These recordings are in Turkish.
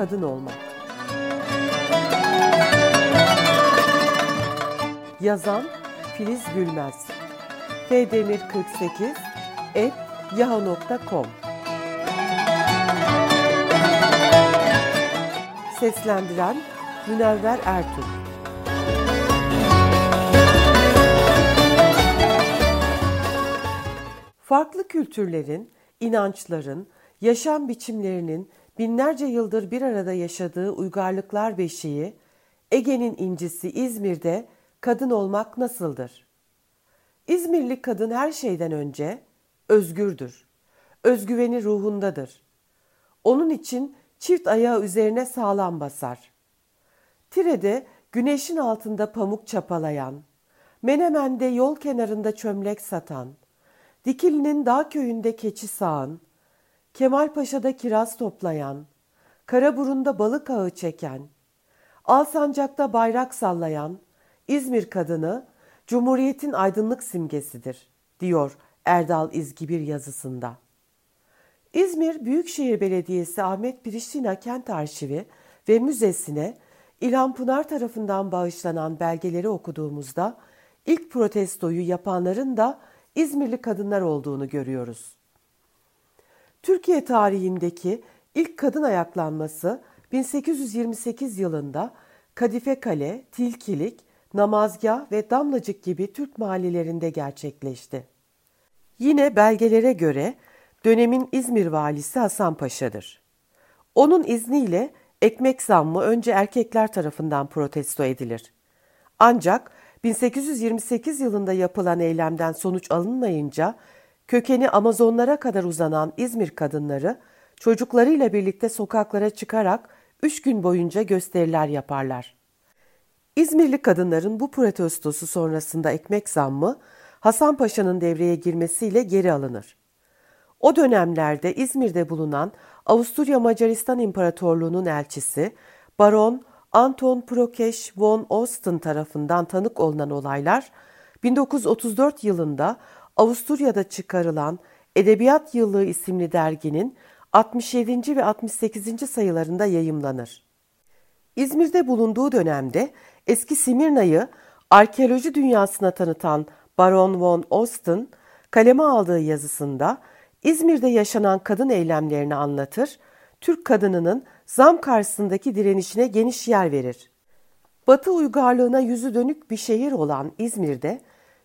kadın olmak. Yazan Filiz Gülmez. fdemir48@yahoo.com. Seslendiren Münevver Ertürk. Farklı kültürlerin, inançların, yaşam biçimlerinin binlerce yıldır bir arada yaşadığı uygarlıklar beşiği, Ege'nin incisi İzmir'de kadın olmak nasıldır? İzmirli kadın her şeyden önce özgürdür. Özgüveni ruhundadır. Onun için çift ayağı üzerine sağlam basar. Tire'de güneşin altında pamuk çapalayan, Menemen'de yol kenarında çömlek satan, Dikili'nin dağ köyünde keçi sağan, Kemalpaşa'da kiraz toplayan, Karaburun'da balık ağı çeken, Alsancak'ta bayrak sallayan İzmir kadını Cumhuriyet'in aydınlık simgesidir, diyor Erdal İzgi bir yazısında. İzmir Büyükşehir Belediyesi Ahmet Priştina Kent Arşivi ve Müzesi'ne İlhan Pınar tarafından bağışlanan belgeleri okuduğumuzda ilk protestoyu yapanların da İzmirli kadınlar olduğunu görüyoruz. Türkiye tarihindeki ilk kadın ayaklanması 1828 yılında Kadife Kale, Tilkilik, Namazgah ve Damlacık gibi Türk mahallelerinde gerçekleşti. Yine belgelere göre dönemin İzmir valisi Hasan Paşa'dır. Onun izniyle ekmek zammı önce erkekler tarafından protesto edilir. Ancak 1828 yılında yapılan eylemden sonuç alınmayınca kökeni Amazonlara kadar uzanan İzmir kadınları çocuklarıyla birlikte sokaklara çıkarak 3 gün boyunca gösteriler yaparlar. İzmirli kadınların bu protestosu sonrasında ekmek zammı Hasan Paşa'nın devreye girmesiyle geri alınır. O dönemlerde İzmir'de bulunan Avusturya Macaristan İmparatorluğu'nun elçisi Baron Anton Prokeş von Osten tarafından tanık olunan olaylar 1934 yılında Avusturya'da çıkarılan Edebiyat Yıllığı isimli derginin 67. ve 68. sayılarında yayımlanır. İzmir'de bulunduğu dönemde eski Simirna'yı arkeoloji dünyasına tanıtan Baron von Osten, kaleme aldığı yazısında İzmir'de yaşanan kadın eylemlerini anlatır, Türk kadınının zam karşısındaki direnişine geniş yer verir. Batı uygarlığına yüzü dönük bir şehir olan İzmir'de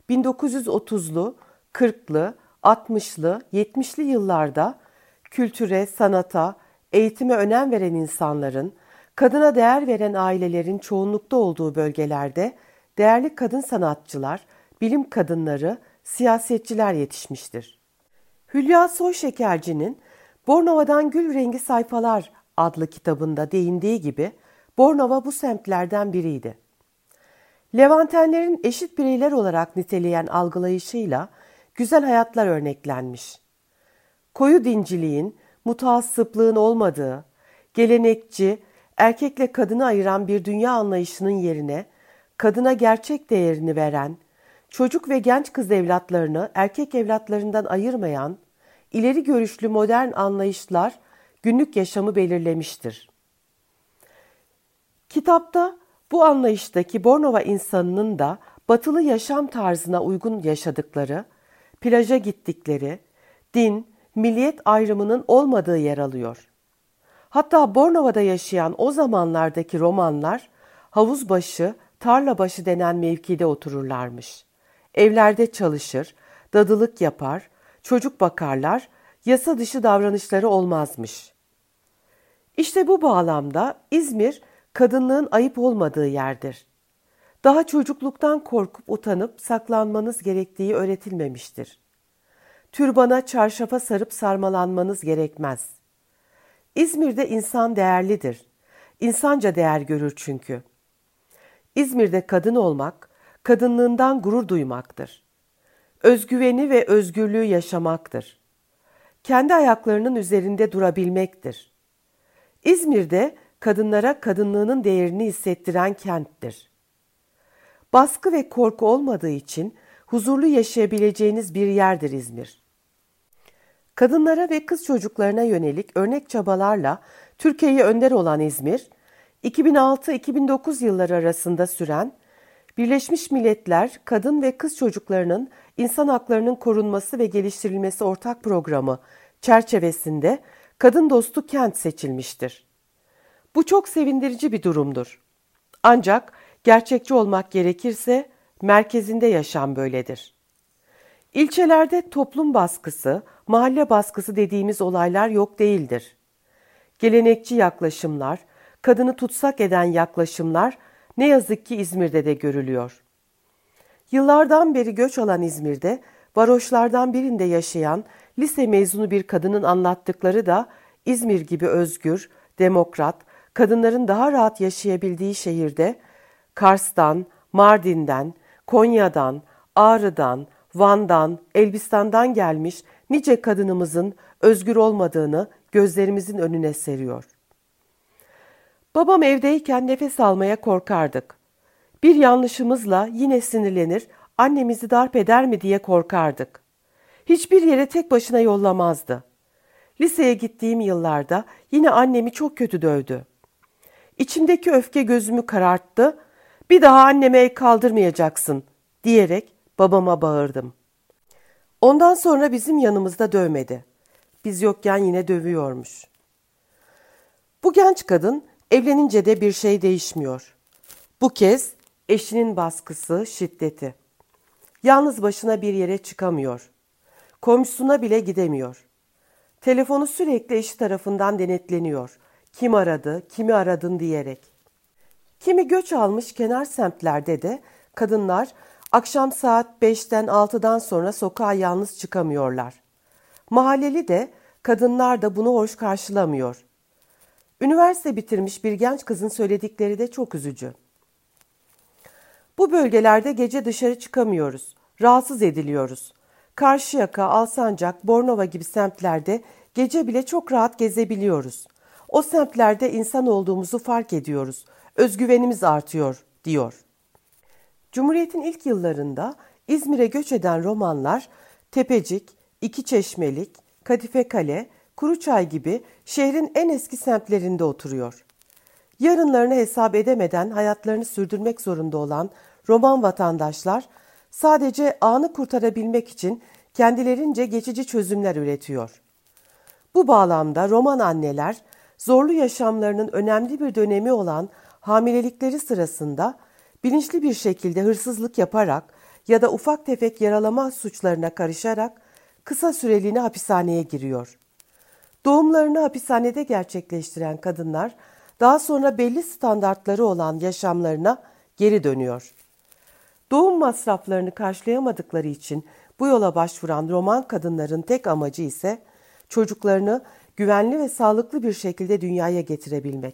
1930'lu, 40'lı, 60'lı, 70'li yıllarda kültüre, sanata, eğitime önem veren insanların, kadına değer veren ailelerin çoğunlukta olduğu bölgelerde değerli kadın sanatçılar, bilim kadınları, siyasetçiler yetişmiştir. Hülya Soyşekerci'nin Bornova'dan Gül Rengi Sayfalar adlı kitabında değindiği gibi Bornova bu semtlerden biriydi. Levantenlerin eşit bireyler olarak niteleyen algılayışıyla güzel hayatlar örneklenmiş. Koyu dinciliğin, mutaassıplığın olmadığı, gelenekçi, erkekle kadını ayıran bir dünya anlayışının yerine kadına gerçek değerini veren, çocuk ve genç kız evlatlarını erkek evlatlarından ayırmayan, ileri görüşlü modern anlayışlar günlük yaşamı belirlemiştir. Kitapta bu anlayıştaki Bornova insanının da batılı yaşam tarzına uygun yaşadıkları, plaja gittikleri, din, milliyet ayrımının olmadığı yer alıyor. Hatta Bornova'da yaşayan o zamanlardaki Romanlar havuzbaşı, tarlabaşı denen mevkide otururlarmış. Evlerde çalışır, dadılık yapar, çocuk bakarlar, yasa dışı davranışları olmazmış. İşte bu bağlamda İzmir, kadınlığın ayıp olmadığı yerdir. Daha çocukluktan korkup utanıp saklanmanız gerektiği öğretilmemiştir. Türbana, çarşafa sarıp sarmalanmanız gerekmez. İzmir'de insan değerlidir. İnsanca değer görür çünkü. İzmir'de kadın olmak, kadınlığından gurur duymaktır. Özgüveni ve özgürlüğü yaşamaktır. Kendi ayaklarının üzerinde durabilmektir. İzmir'de kadınlara kadınlığının değerini hissettiren kenttir. Baskı ve korku olmadığı için huzurlu yaşayabileceğiniz bir yerdir İzmir. Kadınlara ve kız çocuklarına yönelik örnek çabalarla Türkiye'ye önder olan İzmir, 2006-2009 yılları arasında süren Birleşmiş Milletler Kadın ve Kız Çocuklarının İnsan Haklarının Korunması ve Geliştirilmesi Ortak Programı çerçevesinde kadın dostu kent seçilmiştir. Bu çok sevindirici bir durumdur. Ancak gerçekçi olmak gerekirse merkezinde yaşam böyledir. İlçelerde toplum baskısı, mahalle baskısı dediğimiz olaylar yok değildir. Gelenekçi yaklaşımlar, kadını tutsak eden yaklaşımlar ne yazık ki İzmir'de de görülüyor. Yıllardan beri göç alan İzmir'de, varoşlardan birinde yaşayan lise mezunu bir kadının anlattıkları da İzmir gibi özgür, demokrat, kadınların daha rahat yaşayabildiği şehirde Kars'tan, Mardin'den, Konya'dan, Ağrı'dan, Van'dan, Elbistan'dan gelmiş nice kadınımızın özgür olmadığını gözlerimizin önüne seriyor. Babam evdeyken nefes almaya korkardık. Bir yanlışımızla yine sinirlenir, annemizi darp eder mi diye korkardık. Hiçbir yere tek başına yollamazdı. Liseye gittiğim yıllarda yine annemi çok kötü dövdü. İçimdeki öfke gözümü kararttı, bir daha anneme el kaldırmayacaksın diyerek babama bağırdım. Ondan sonra bizim yanımızda dövmedi. Biz yokken yine dövüyormuş. Bu genç kadın evlenince de bir şey değişmiyor. Bu kez eşinin baskısı, şiddeti. Yalnız başına bir yere çıkamıyor. Komşusuna bile gidemiyor. Telefonu sürekli eşi tarafından denetleniyor. Kim aradı, kimi aradın diyerek. Kimi göç almış kenar semtlerde de kadınlar akşam saat 5'ten 6'dan sonra sokağa yalnız çıkamıyorlar. Mahalleli de kadınlar da bunu hoş karşılamıyor. Üniversite bitirmiş bir genç kızın söyledikleri de çok üzücü. Bu bölgelerde gece dışarı çıkamıyoruz, rahatsız ediliyoruz. Karşıyaka, Alsancak, Bornova gibi semtlerde gece bile çok rahat gezebiliyoruz. O semtlerde insan olduğumuzu fark ediyoruz, özgüvenimiz artıyor, diyor. Cumhuriyet'in ilk yıllarında İzmir'e göç eden Romanlar, Tepecik, İkiçeşmelik, Kadifekale, Kuruçay gibi şehrin en eski semtlerinde oturuyor. Yarınlarını hesap edemeden hayatlarını sürdürmek zorunda olan Roman vatandaşlar sadece anı kurtarabilmek için kendilerince geçici çözümler üretiyor. Bu bağlamda Roman anneler zorlu yaşamlarının önemli bir dönemi olan hamilelikleri sırasında bilinçli bir şekilde hırsızlık yaparak ya da ufak tefek yaralama suçlarına karışarak kısa süreliğine hapishaneye giriyor. Doğumlarını hapishanede gerçekleştiren kadınlar daha sonra belli standartları olan yaşamlarına geri dönüyor. Doğum masraflarını karşılayamadıkları için bu yola başvuran Roman kadınların tek amacı ise çocuklarını güvenli ve sağlıklı bir şekilde dünyaya getirebilmek.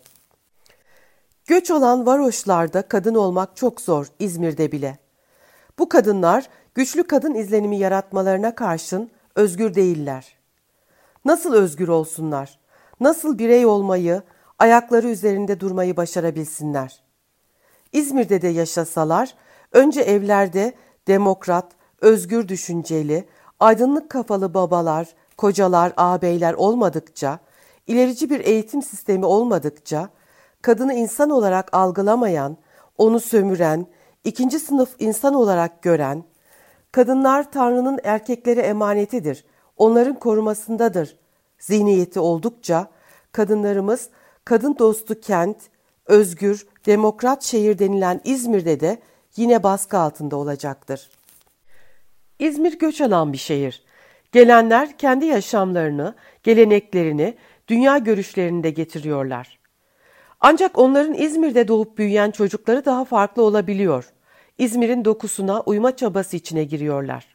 Göç alan varoşlarda kadın olmak çok zor, İzmir'de bile. Bu kadınlar güçlü kadın izlenimi yaratmalarına karşın özgür değiller. Nasıl özgür olsunlar? Nasıl birey olmayı, ayakları üzerinde durmayı başarabilsinler? İzmir'de de yaşasalar, önce evlerde demokrat, özgür düşünceli, aydınlık kafalı babalar, kocalar, ağabeyler olmadıkça, ilerici bir eğitim sistemi olmadıkça, kadını insan olarak algılamayan, onu sömüren, ikinci sınıf insan olarak gören, kadınlar Tanrı'nın erkeklere emanetidir, onların korumasındadır zihniyeti oldukça, kadınlarımız kadın dostu kent, özgür, demokrat şehir denilen İzmir'de de yine baskı altında olacaktır. İzmir göç alan bir şehir. Gelenler kendi yaşamlarını, geleneklerini, dünya görüşlerini de getiriyorlar. Ancak onların İzmir'de doğup büyüyen çocukları daha farklı olabiliyor. İzmir'in dokusuna uyma çabası içine giriyorlar.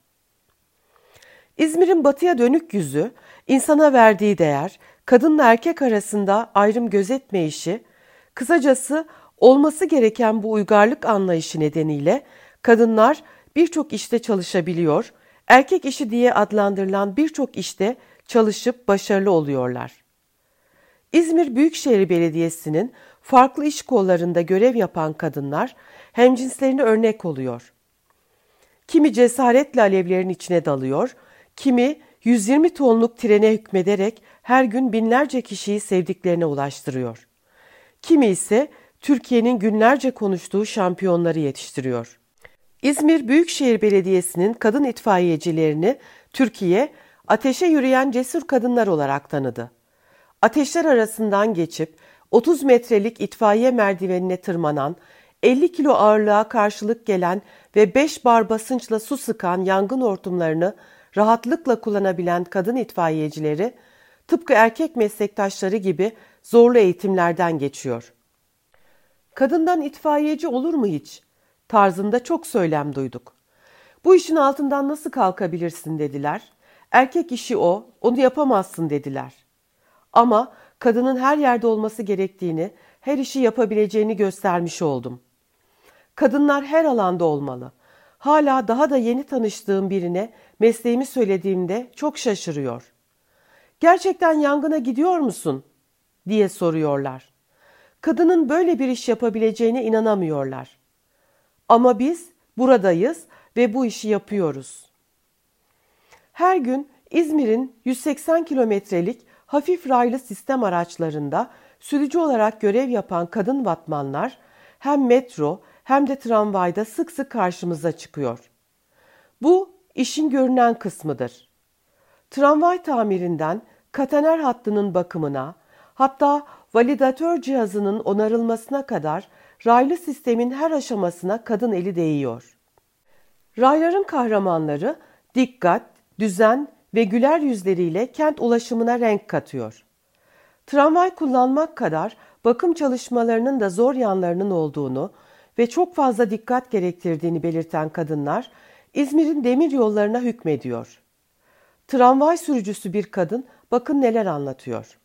İzmir'in batıya dönük yüzü, insana verdiği değer, kadınla erkek arasında ayrım gözetmeyişi, kısacası olması gereken bu uygarlık anlayışı nedeniyle kadınlar birçok işte çalışabiliyor, erkek işi diye adlandırılan birçok işte çalışıp başarılı oluyorlar. İzmir Büyükşehir Belediyesi'nin farklı iş kollarında görev yapan kadınlar hemcinslerine örnek oluyor. Kimi cesaretle alevlerin içine dalıyor, kimi 120 tonluk trene hükmederek her gün binlerce kişiyi sevdiklerine ulaştırıyor. Kimi ise Türkiye'nin günlerce konuştuğu şampiyonları yetiştiriyor. İzmir Büyükşehir Belediyesi'nin kadın itfaiyecilerini Türkiye, ateşe yürüyen cesur kadınlar olarak tanıdı. Ateşler arasından geçip 30 metrelik itfaiye merdivenine tırmanan, 50 kilo ağırlığa karşılık gelen ve 5 bar basınçla su sıkan yangın hortumlarını rahatlıkla kullanabilen kadın itfaiyecileri, tıpkı erkek meslektaşları gibi zorlu eğitimlerden geçiyor. "Kadından itfaiyeci olur mu hiç?" tarzında çok söylem duyduk. "Bu işin altından nasıl kalkabilirsin?" dediler. "Erkek işi o, onu yapamazsın." dediler. Ama kadının her yerde olması gerektiğini, her işi yapabileceğini göstermiş oldum. Kadınlar her alanda olmalı. Hala daha da yeni tanıştığım birine mesleğimi söylediğimde çok şaşırıyor. "Gerçekten yangına gidiyor musun?" diye soruyorlar. Kadının böyle bir iş yapabileceğine inanamıyorlar. Ama biz buradayız ve bu işi yapıyoruz. Her gün İzmir'in 180 kilometrelik hafif raylı sistem araçlarında sürücü olarak görev yapan kadın vatmanlar hem metro hem de tramvayda sık sık karşımıza çıkıyor. Bu işin görünen kısmıdır. Tramvay tamirinden katener hattının bakımına, hatta validatör cihazının onarılmasına kadar raylı sistemin her aşamasına kadın eli değiyor. Rayların kahramanları dikkat, düzen ve güler yüzleriyle kent ulaşımına renk katıyor. Tramvay kullanmak kadar bakım çalışmalarının da zor yanlarının olduğunu ve çok fazla dikkat gerektirdiğini belirten kadınlar İzmir'in demir yollarına hükmediyor. Tramvay sürücüsü bir kadın bakın neler anlatıyor.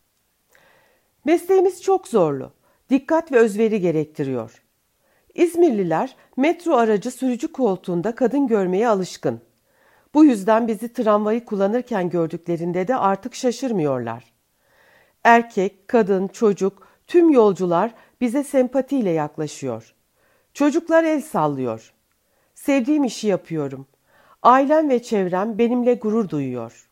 "Mesleğimiz çok zorlu, dikkat ve özveri gerektiriyor. İzmirliler metro aracı sürücü koltuğunda kadın görmeye alışkın. Bu yüzden bizi tramvayı kullanırken gördüklerinde de artık şaşırmıyorlar. Erkek, kadın, çocuk, tüm yolcular bize sempatiyle yaklaşıyor. Çocuklar el sallıyor. Sevdiğim işi yapıyorum. Ailem ve çevrem benimle gurur duyuyor."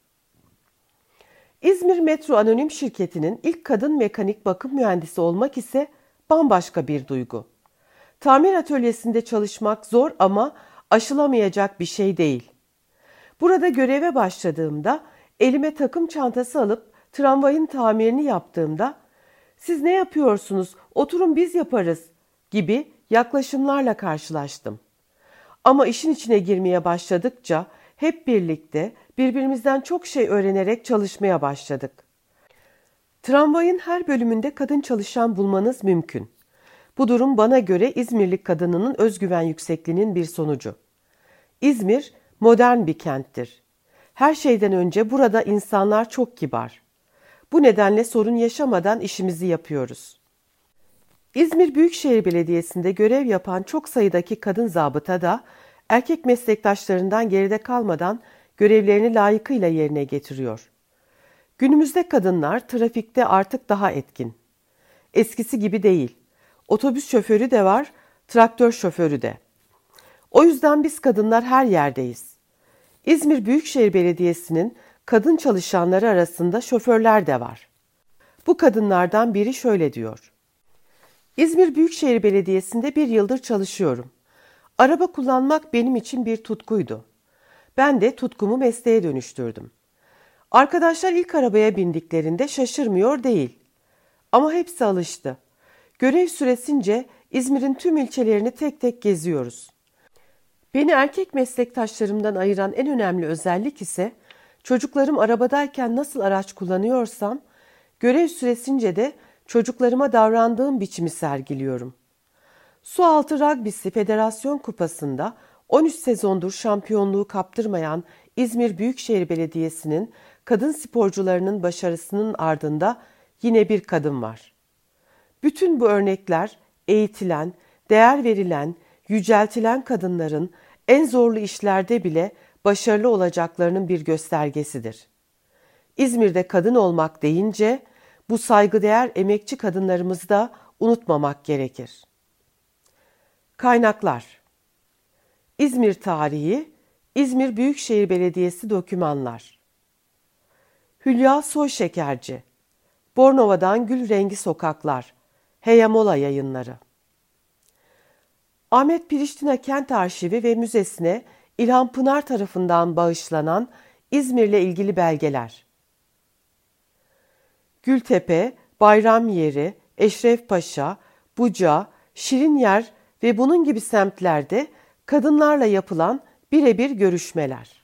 İzmir Metro Anonim Şirketi'nin ilk kadın mekanik bakım mühendisi olmak ise bambaşka bir duygu. Tamir atölyesinde çalışmak zor ama aşılamayacak bir şey değil. Burada göreve başladığımda elime takım çantası alıp tramvayın tamirini yaptığımda "Siz ne yapıyorsunuz? Oturun biz yaparız." gibi yaklaşımlarla karşılaştım. Ama işin içine girmeye başladıkça hep birlikte birbirimizden çok şey öğrenerek çalışmaya başladık. Tramvayın her bölümünde kadın çalışan bulmanız mümkün. Bu durum bana göre İzmirli kadınının özgüven yüksekliğinin bir sonucu. İzmir modern bir kenttir. Her şeyden önce burada insanlar çok kibar. Bu nedenle sorun yaşamadan işimizi yapıyoruz. İzmir Büyükşehir Belediyesi'nde görev yapan çok sayıdaki kadın zabıta da erkek meslektaşlarından geride kalmadan görevlerini layıkıyla yerine getiriyor. Günümüzde kadınlar trafikte artık daha etkin. Eskisi gibi değil. Otobüs şoförü de var, traktör şoförü de. O yüzden biz kadınlar her yerdeyiz. İzmir Büyükşehir Belediyesi'nin kadın çalışanları arasında şoförler de var. Bu kadınlardan biri şöyle diyor. "İzmir Büyükşehir Belediyesi'nde 1 yıldır çalışıyorum. Araba kullanmak benim için bir tutkuydu. Ben de tutkumu mesleğe dönüştürdüm. Arkadaşlar ilk arabaya bindiklerinde şaşırmıyor değil. Ama hepsi alıştı. Görev süresince İzmir'in tüm ilçelerini tek tek geziyoruz. Beni erkek meslektaşlarımdan ayıran en önemli özellik ise çocuklarım arabadayken nasıl araç kullanıyorsam, görev süresince de çocuklarıma davrandığım biçimi sergiliyorum. Sualtı Ragbisi Federasyon Kupası'nda 13 sezondur şampiyonluğu kaptırmayan İzmir Büyükşehir Belediyesi'nin kadın sporcularının başarısının ardında yine bir kadın var. Bütün bu örnekler eğitilen, değer verilen, yüceltilen kadınların en zorlu işlerde bile başarılı olacaklarının bir göstergesidir. İzmir'de kadın olmak deyince bu saygıdeğer emekçi kadınlarımızı da unutmamak gerekir. Kaynaklar: İzmir Tarihi, İzmir Büyükşehir Belediyesi Dokümanlar. Hülya Soyşekerci, Bornova'dan Gül Rengi Sokaklar, Heyamola Yayınları. Ahmet Priştine Kent Arşivi ve Müzesi'ne İlhan Pınar tarafından bağışlanan İzmir'le ilgili belgeler. Gültepe, Bayramyeri, Eşrefpaşa, Buca, Şirinyer ve bunun gibi semtlerde kadınlarla yapılan birebir görüşmeler.